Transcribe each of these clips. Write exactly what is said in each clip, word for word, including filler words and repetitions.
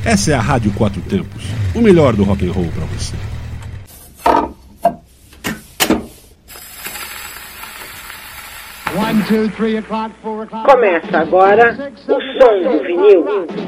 Essa é a Rádio Quatro Tempos, o melhor do rock and roll para você. Começa agora o som do vinil.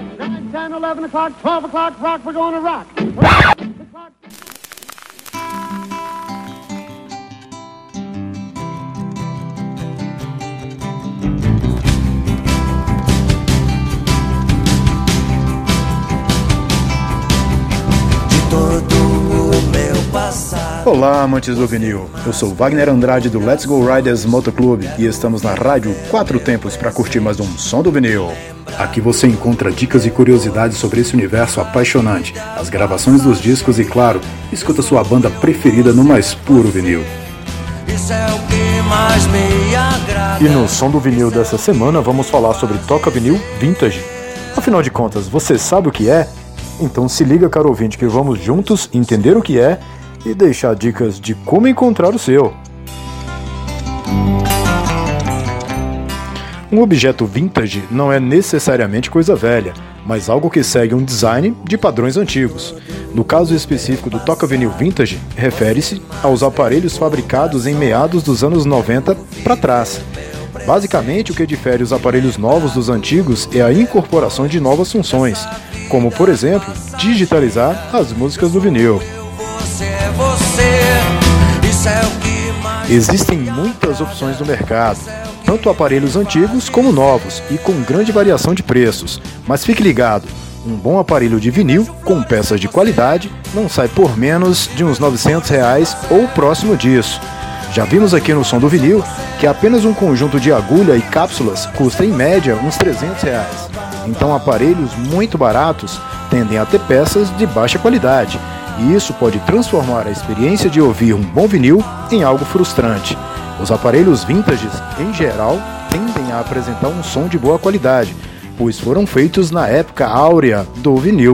Olá, amantes do vinil. Eu sou Wagner Andrade do Let's Go Riders Motoclube e estamos na Rádio Quatro Tempos para curtir mais um som do vinil. Aqui você encontra dicas e curiosidades sobre esse universo apaixonante, as gravações dos discos e, claro, escuta sua banda preferida no mais puro vinil. Isso é o que mais me agrada. E no som do vinil dessa semana vamos falar sobre toca vinil vintage. Afinal de contas, você sabe o que é? Então se liga, caro ouvinte, que vamos juntos entender o que é e deixar dicas de como encontrar o seu. Um objeto vintage não é necessariamente coisa velha, mas algo que segue um design de padrões antigos. No caso específico do toca-vinil vintage, refere-se aos aparelhos fabricados em meados dos anos noventa para trás. Basicamente, o que difere os aparelhos novos dos antigos é a incorporação de novas funções, como, por exemplo, digitalizar as músicas do vinil. Existem muitas opções no mercado, tanto aparelhos antigos como novos e com grande variação de preços, mas fique ligado, um bom aparelho de vinil com peças de qualidade não sai por menos de uns novecentos reais ou próximo disso. Já vimos aqui no som do vinil que apenas um conjunto de agulha e cápsulas custa em média uns trezentos reais, então aparelhos muito baratos tendem a ter peças de baixa qualidade. E isso pode transformar a experiência de ouvir um bom vinil em algo frustrante. Os aparelhos vintages, em geral, tendem a apresentar um som de boa qualidade, pois foram feitos na época áurea do vinil.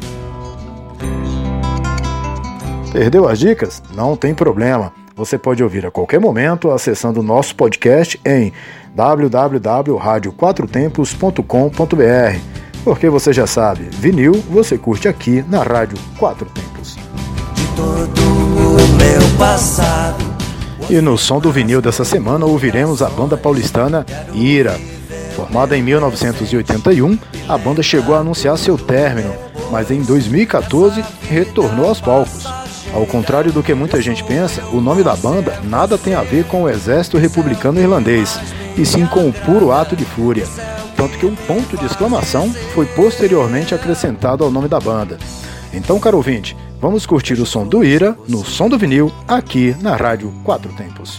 Perdeu as dicas? Não tem problema. Você pode ouvir a qualquer momento acessando o nosso podcast em w w w ponto rádio quatro tempos ponto com ponto b r. Porque você já sabe, vinil você curte aqui na Rádio Quatro Tempos. De todo o meu passado. E no som do vinil dessa semana ouviremos a banda paulistana Ira. Formada em mil novecentos e oitenta e um, a banda chegou a anunciar seu término, mas em dois mil e quatorze retornou aos palcos. Ao contrário do que muita gente pensa, o nome da banda nada tem a ver com o exército republicano irlandês, e sim com o puro ato de fúria. Tanto que um ponto de exclamação foi posteriormente acrescentado ao nome da banda. Então, caro ouvinte, vamos curtir o som do Ira no som do vinil aqui na Rádio Quatro Tempos.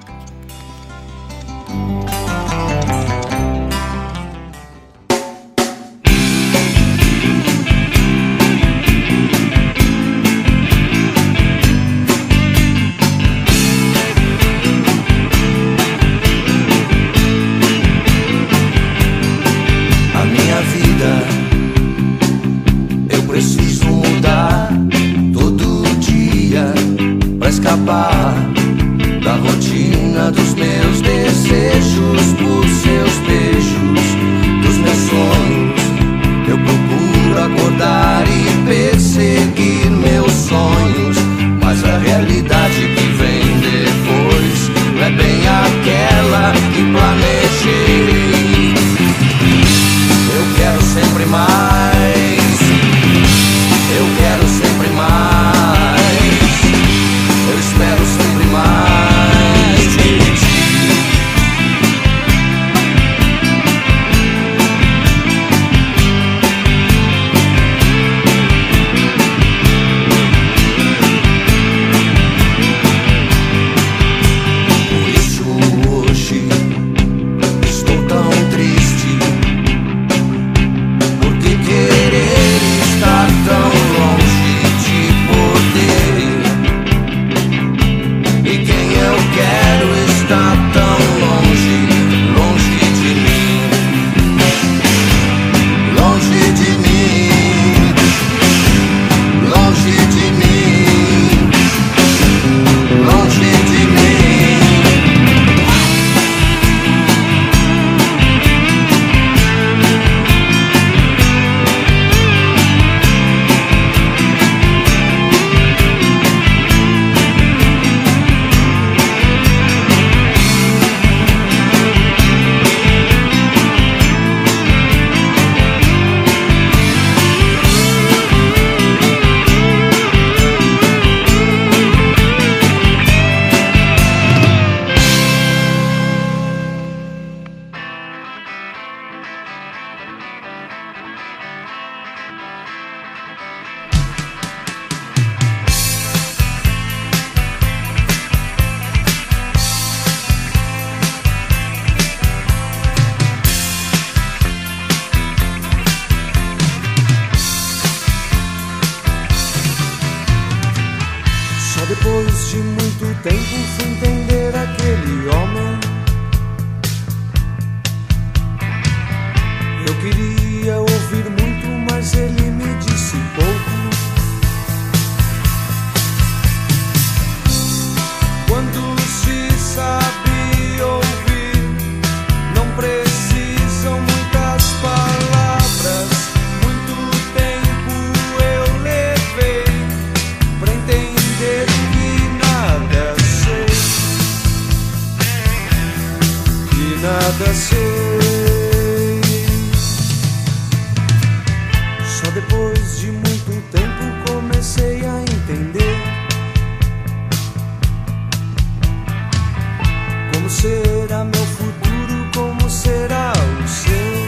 Escapar da rotina dos meus desejos, por seus beijos, dos meus sonhos. Eu procuro acordar e perseguir meus sonhos, mas a realidade que vem depois não é bem aquela que planejei. Eu quero sempre mais, eu quero sempre mais. Eu espero sempre mais de ti. depois de muito tempo fui entender aquele homem. Eu queria ouvir muito, mas ele me disse pouco. Quando se sabe ouvir, não precisam muitas palavras. Muito tempo eu levei pra entender que nada sei, que nada sei. Só depois de muito tempo comecei a entender como será meu futuro, como será o seu.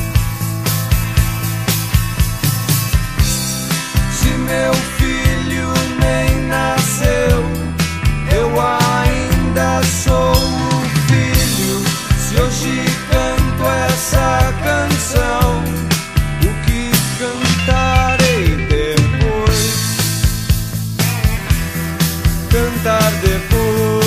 Se meu filho nem nasceu, eu ainda sou o filho. Se hoje canto essa canção, o que cantarei depois? Cantar depois.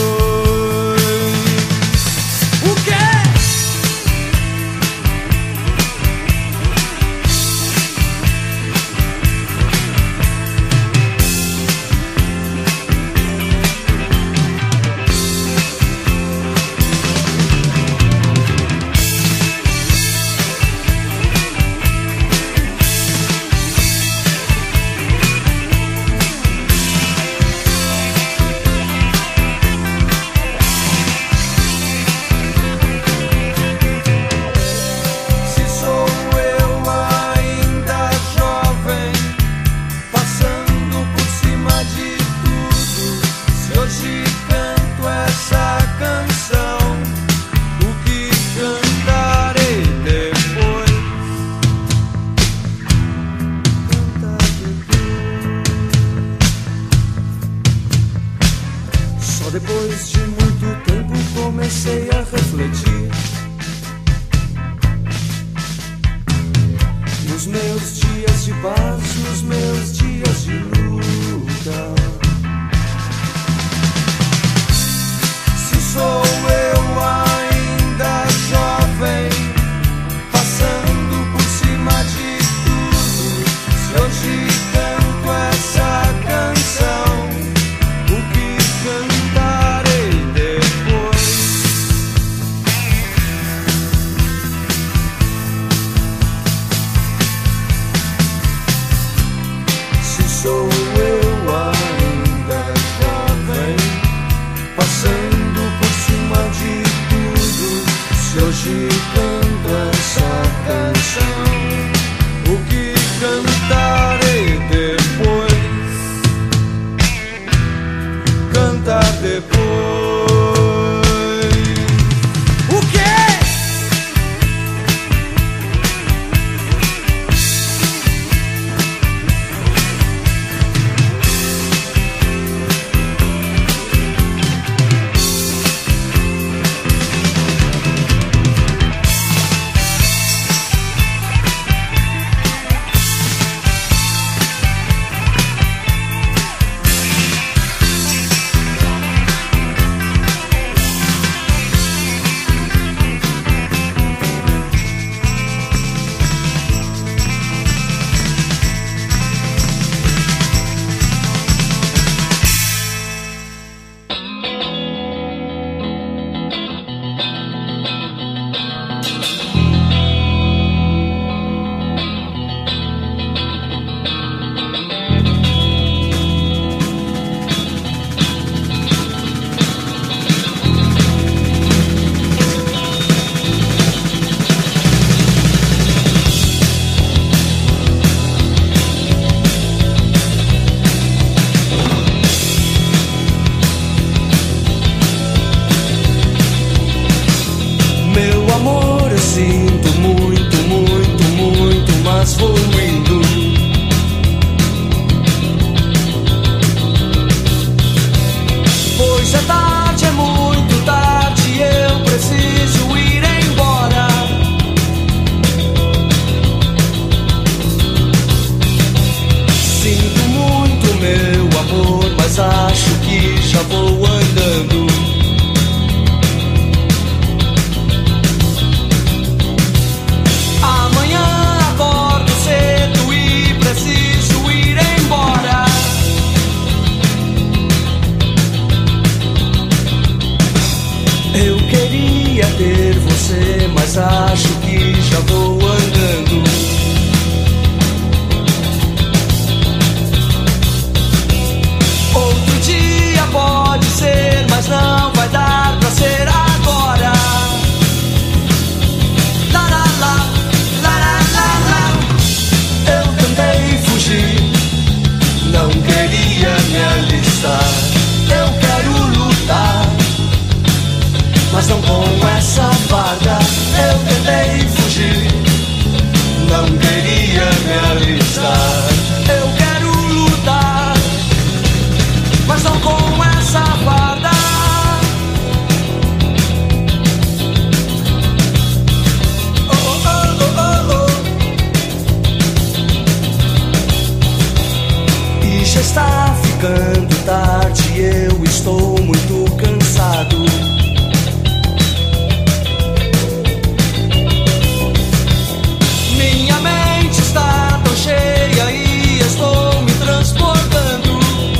Depois de muito tempo comecei a refletir nos meus dias de paz, nos meus dias de luta. Se sou eu ainda jovem, passando por cima de tudo, se hoje canto essa canção, o que cantarei depois? Se sou eu ainda jovem, passando por cima de tudo, se hoje canto essa canção, o que cantarei depois? Cantar depois. O quê? está ficando tarde, eu estou muito cansado. Minha mente está tão cheia e estou me transbordando.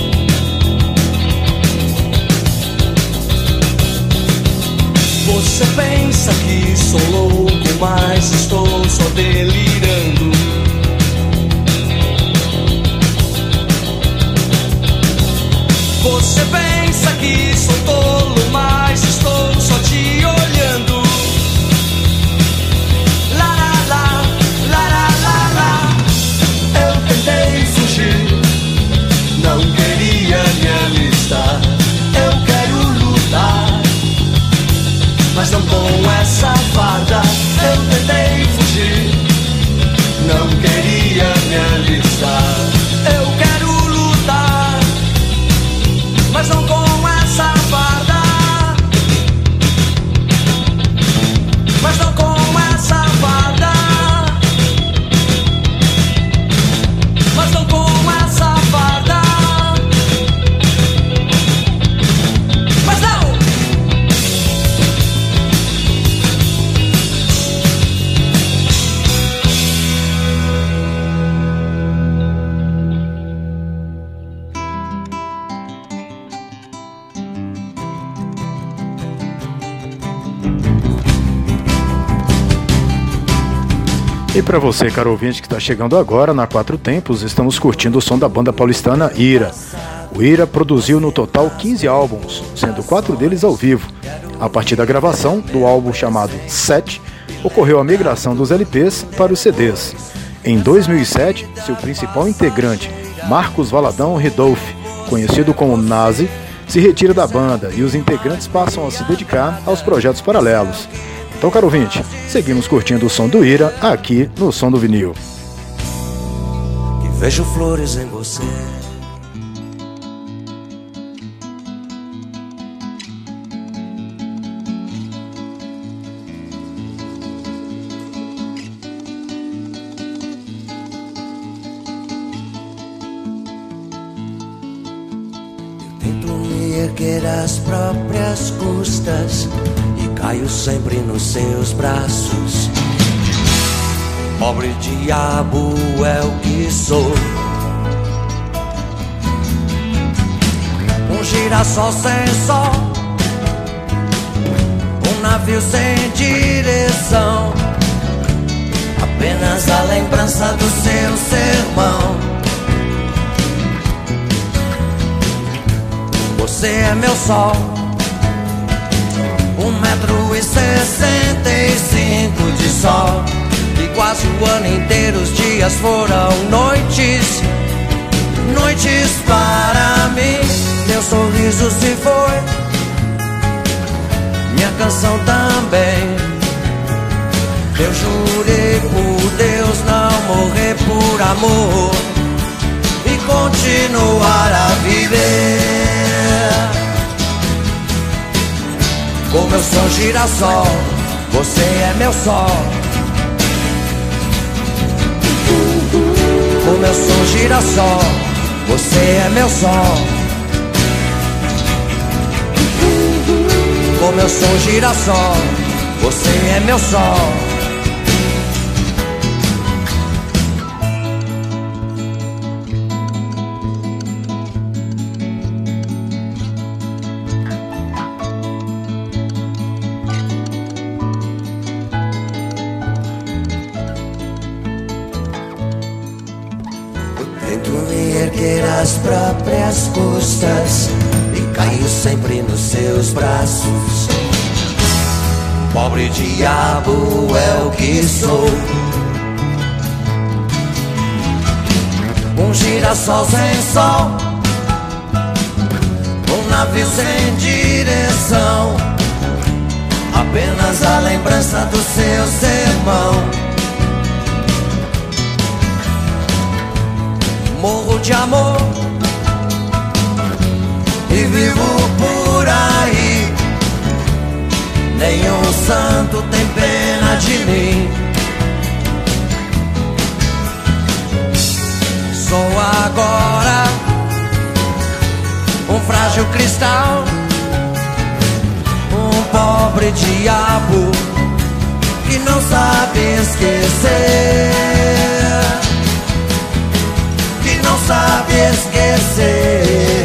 Você pensa que sou louco, mas estou só delirando. Você pensa que sou tolo, mas estou só te olhando. Lá, lá, lá, lá, lá, lá. Eu tentei fugir, não queria me alistar. Eu quero lutar, mas não com essa farda. Eu tentei fugir, não queria me alistar. Eu quero lutar, mas não com essa farda. Mas não com essa farda. Mas não com essa farda. Mas não. E para você, caro ouvinte, que está chegando agora na Quatro Tempos, estamos curtindo o som da banda paulistana Ira. O Ira produziu no total quinze álbuns, sendo quatro deles ao vivo. A partir da gravação do álbum chamado Sete, ocorreu a migração dos L Ps para os C Ds. Em dois mil e sete, seu principal integrante, Marcos Valadão Ridolf, conhecido como Nazi, se retira da banda e os integrantes passam a se dedicar aos projetos paralelos. Então, caro ouvinte, seguimos curtindo o som do Ira aqui no Som do Vinil. Que vejo flores em você. Eu tento me erguer às próprias custas e caio sempre nos seus braços. Pobre diabo é o que sou. Um girassol sem sol, um navio sem direção, apenas a lembrança do seu sermão. Você é meu sol, um metro e sessenta e cinco de sol, e quase o ano inteiro os dias foram noites, noites para mim. Meu sorriso se foi, minha canção também. Eu jurei por Deus não morrer por amor e continuar a viver. Como eu sou girassol, você é meu sol. Como eu sou girassol, você é meu sol. Como eu sou girassol, você é meu sol. Tento me erguer às próprias custas e caio sempre nos seus braços. Pobre diabo é o que sou. Um girassol sem sol, um navio sem direção, apenas a lembrança do seu sermão. Morro de amor e vivo por aí. Nenhum santo tem pena de mim. Sou agora o cristal. Um pobre diabo que não sabe esquecer, que não sabe esquecer.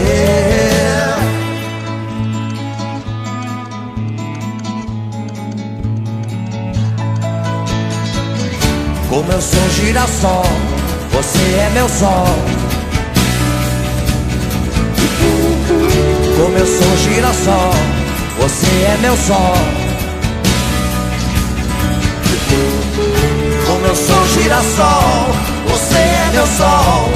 Como eu sou um girassol, você é meu sol. Como eu sou um girassol, você é meu sol. Como eu sou um girassol, você é meu sol.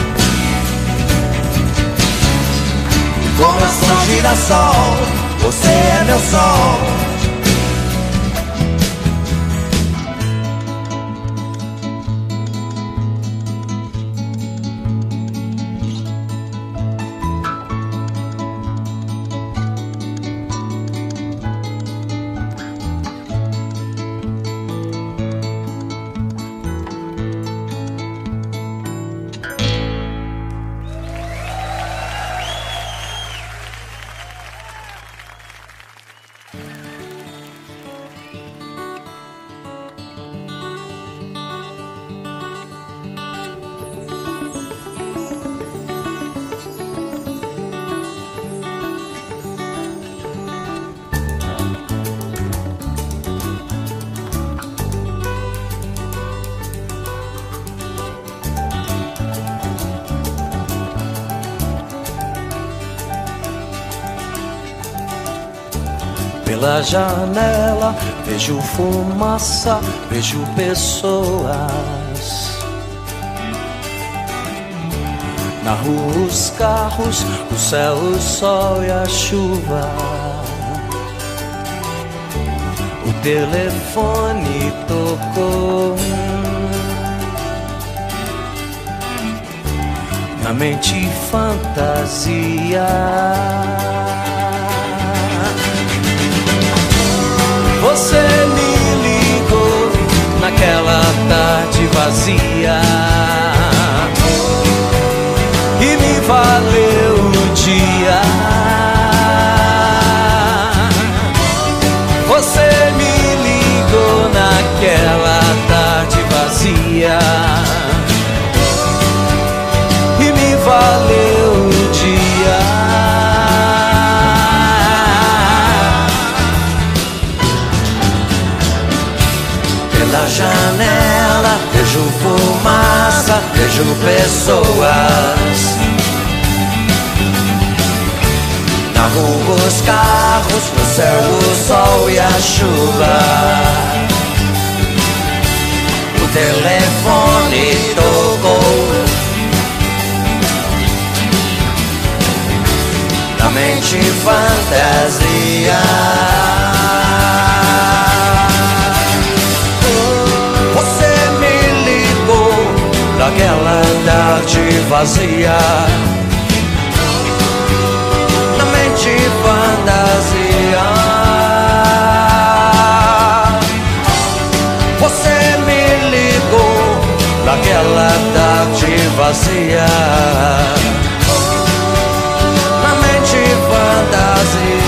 Como eu sou um girassol, você é meu sol. Pela janela vejo fumaça, vejo pessoas. Na rua os carros, o céu, o sol e a chuva. O telefone tocou. Na mente fantasia. Você me ligou naquela tarde vazia e me valeu o dia. Você me ligou naquela tarde vazia e me valeu o dia. Pela janela vejo fumaça, vejo pessoas. Na rua os carros, no céu o sol e a chuva. O telefone tocou. Na mente fantasia. Naquela tarde vazia, na mente fantasia. Você me ligou naquela tarde vazia, na mente fantasia.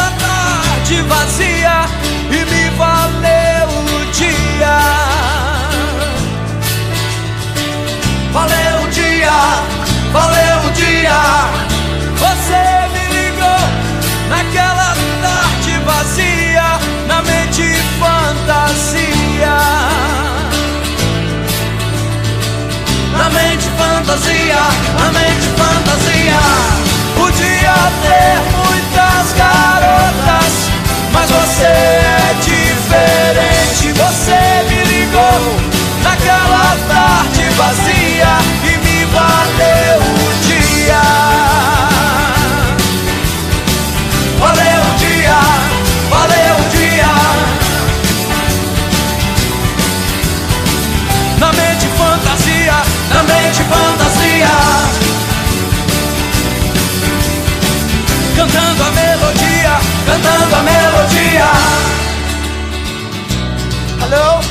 Vazia e me valeu o dia. cantando a melodia, cantando a melodia. Alô?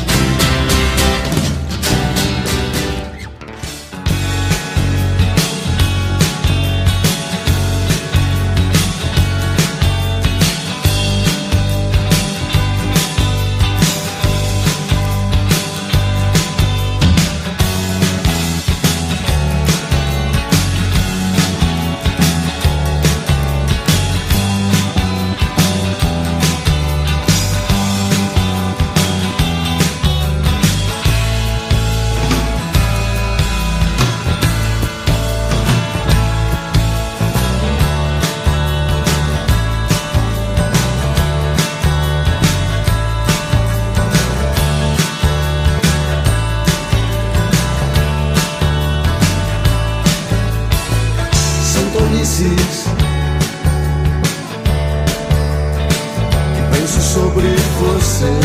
Que penso sobre você.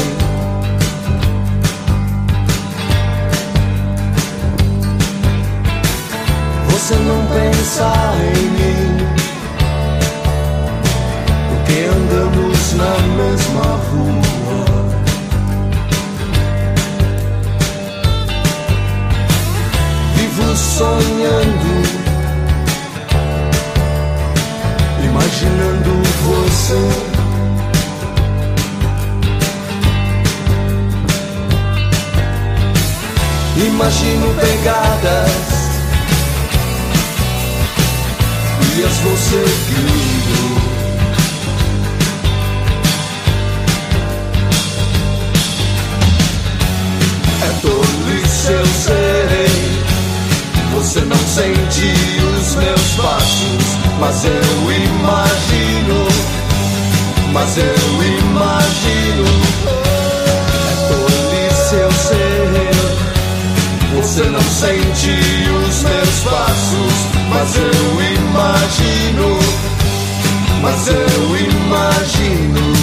Você não pensa em mim, porque andamos na mesma rua. Vivo sonhando, imaginando você. Imagino pegadas e as vou seguindo. É tolice, eu sei. Você não sente os meus passos, mas eu imagino, mas eu imagino. É tolice, eu sei. Você não sente os meus passos, mas eu imagino, mas eu imagino.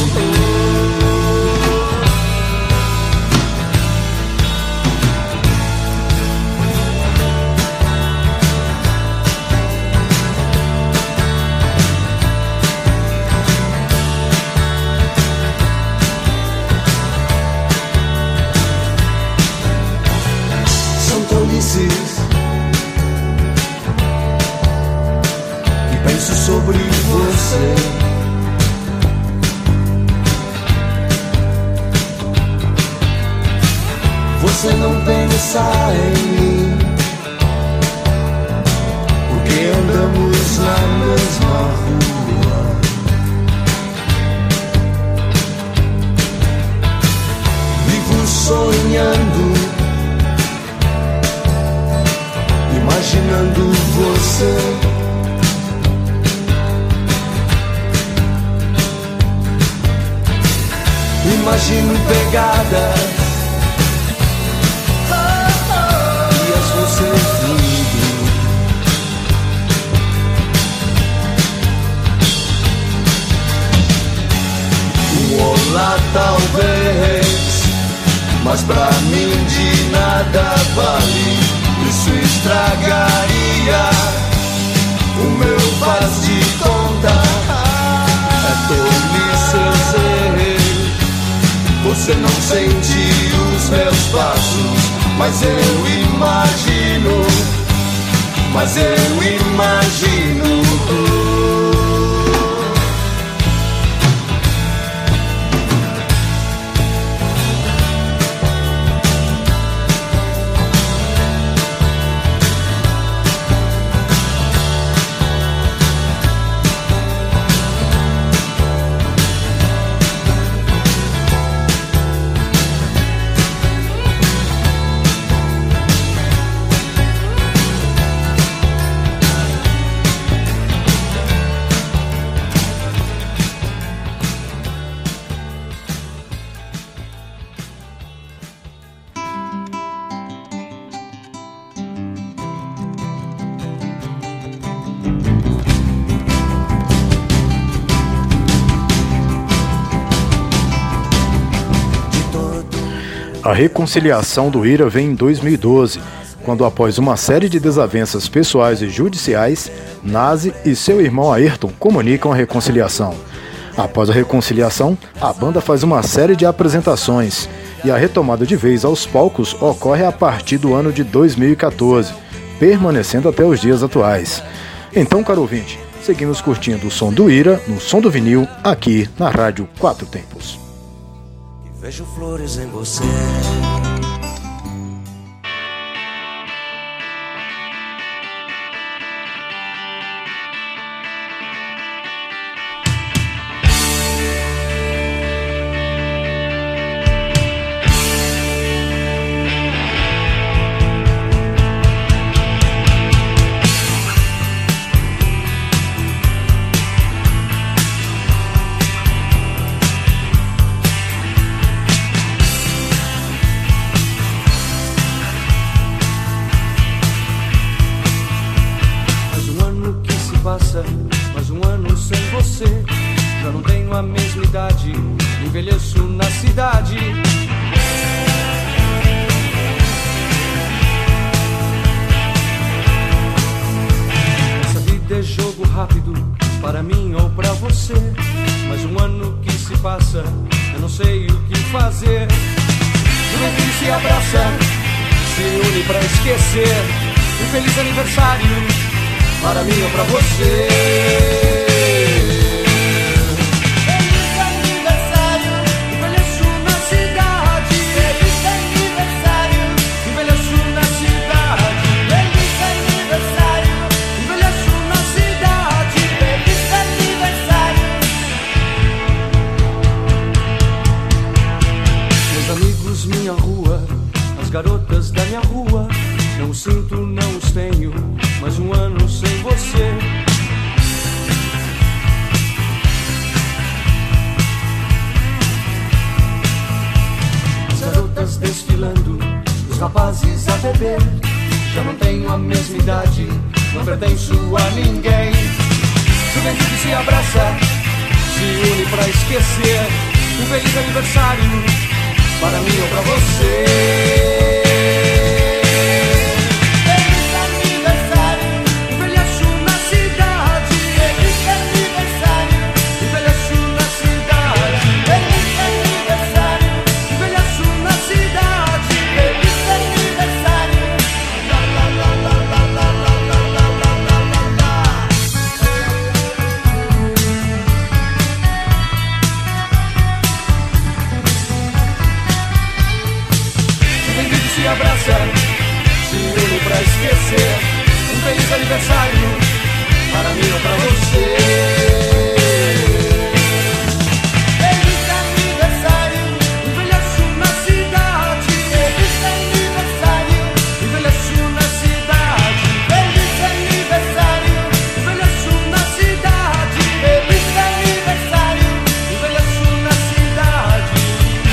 E penso sobre você. Você não pensa em mim, porque andamos na mesma rua. Vivo sonhando, imaginando você. Imagino pegadas e as vou seguindo. Um olá talvez, mas pra mim de nada vale. Isso estragaria o meu faz de conta. É tolice, eu sei. Você não sente os meus passos, mas eu imagino, mas eu imagino. A reconciliação do Ira vem em dois mil e doze, quando após uma série de desavenças pessoais e judiciais, Nazi e seu irmão Ayrton comunicam a reconciliação. Após a reconciliação, a banda faz uma série de apresentações e a retomada de vez aos palcos ocorre a partir do ano de dois mil e quatorze, permanecendo até os dias atuais. Então, caro ouvinte, seguimos curtindo o som do Ira no Som do Vinil, aqui na Rádio Quatro Tempos. Vejo flores em você. Mais um ano sem você, já não tenho a mesma idade, envelheço na cidade. Essa vida é jogo rápido, para mim ou pra você. Mais um ano que se passa, eu não sei o que fazer. Juventude se abraça, se une pra esquecer. Um feliz aniversário para mim ou pra você. Feliz aniversário, envelheço na cidade. Feliz aniversário, envelheço na cidade. Feliz aniversário, envelheço na cidade. Feliz aniversário. Meus amigos, minha rua, as garotas da minha rua, não os sinto, não os tenho, mais um ano sem você. As garotas desfilando, os rapazes a beber, já não tenho a mesma idade, não pertenço a ninguém. Juventude se abraça, se une pra esquecer. Um feliz aniversário para mim ou pra você. Se abraça, se une pra esquecer. Um feliz aniversário para mim ou pra você. Feliz aniversário, envelheço na cidade. Feliz aniversário, envelheço na cidade. Feliz aniversário, envelheço na cidade. Feliz aniversário, envelheço na cidade.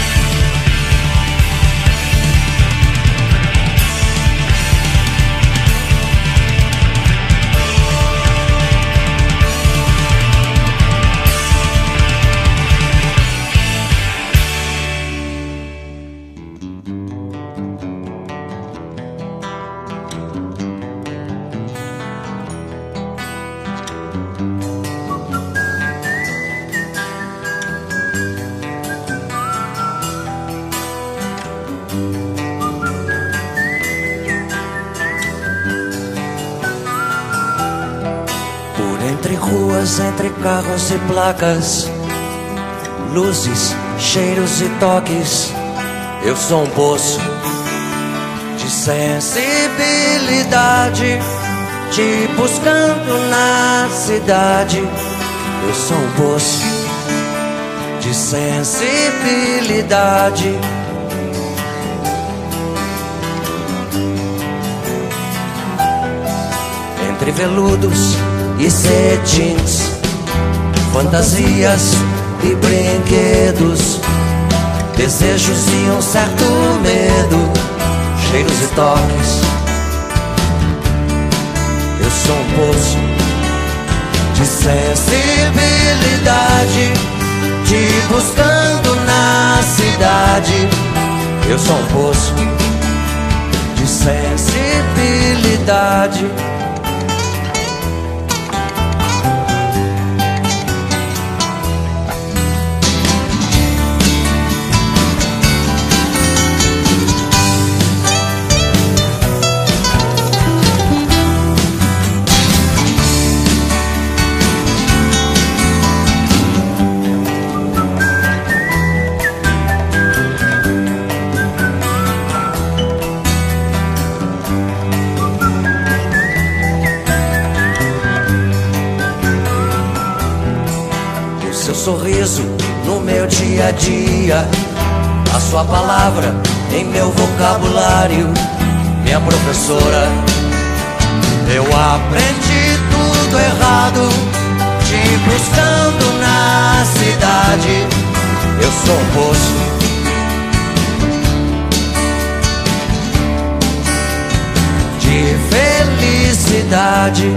Entre ruas, entre carros e placas, luzes, cheiros e toques, eu sou um poço de sensibilidade, te buscando na cidade. Eu sou um poço de sensibilidade. Entre veludos e cetins, fantasias e brinquedos, desejos e um certo medo, cheiros e toques. Eu sou um poço de sensibilidade, te buscando na cidade. Eu sou um poço de sensibilidade. Sorriso no meu dia a dia, a sua palavra em meu vocabulário, minha professora. Eu aprendi tudo errado, te buscando na cidade. Eu sou um poço de felicidade.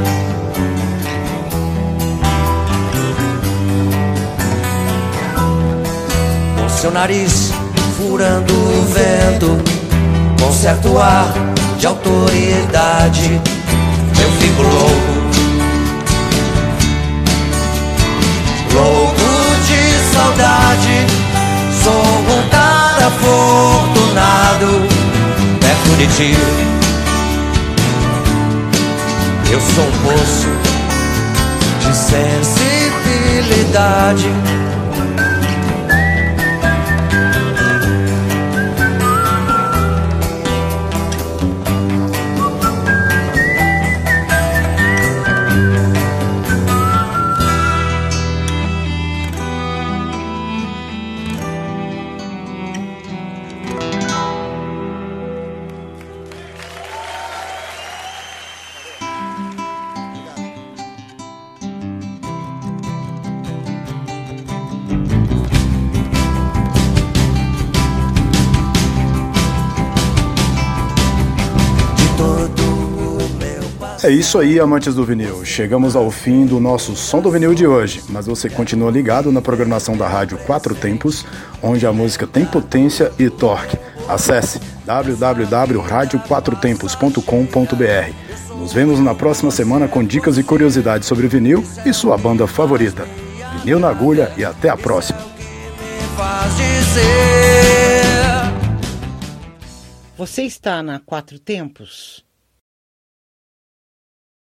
Seu nariz furando o vento, com certo ar de autoridade, eu fico louco, louco de saudade. Sou um cara afortunado perto de ti. Eu sou um poço de sensibilidade. É isso aí, amantes do vinil. Chegamos ao fim do nosso Som do Vinil de hoje, mas você continua ligado na programação da Rádio Quatro Tempos, onde a música tem potência e torque. Acesse w w w ponto rádio quatro tempos ponto com ponto b r. Nos vemos na próxima semana com dicas e curiosidades sobre vinil e sua banda favorita. Vinil na agulha e até a próxima. Você está na Quatro Tempos?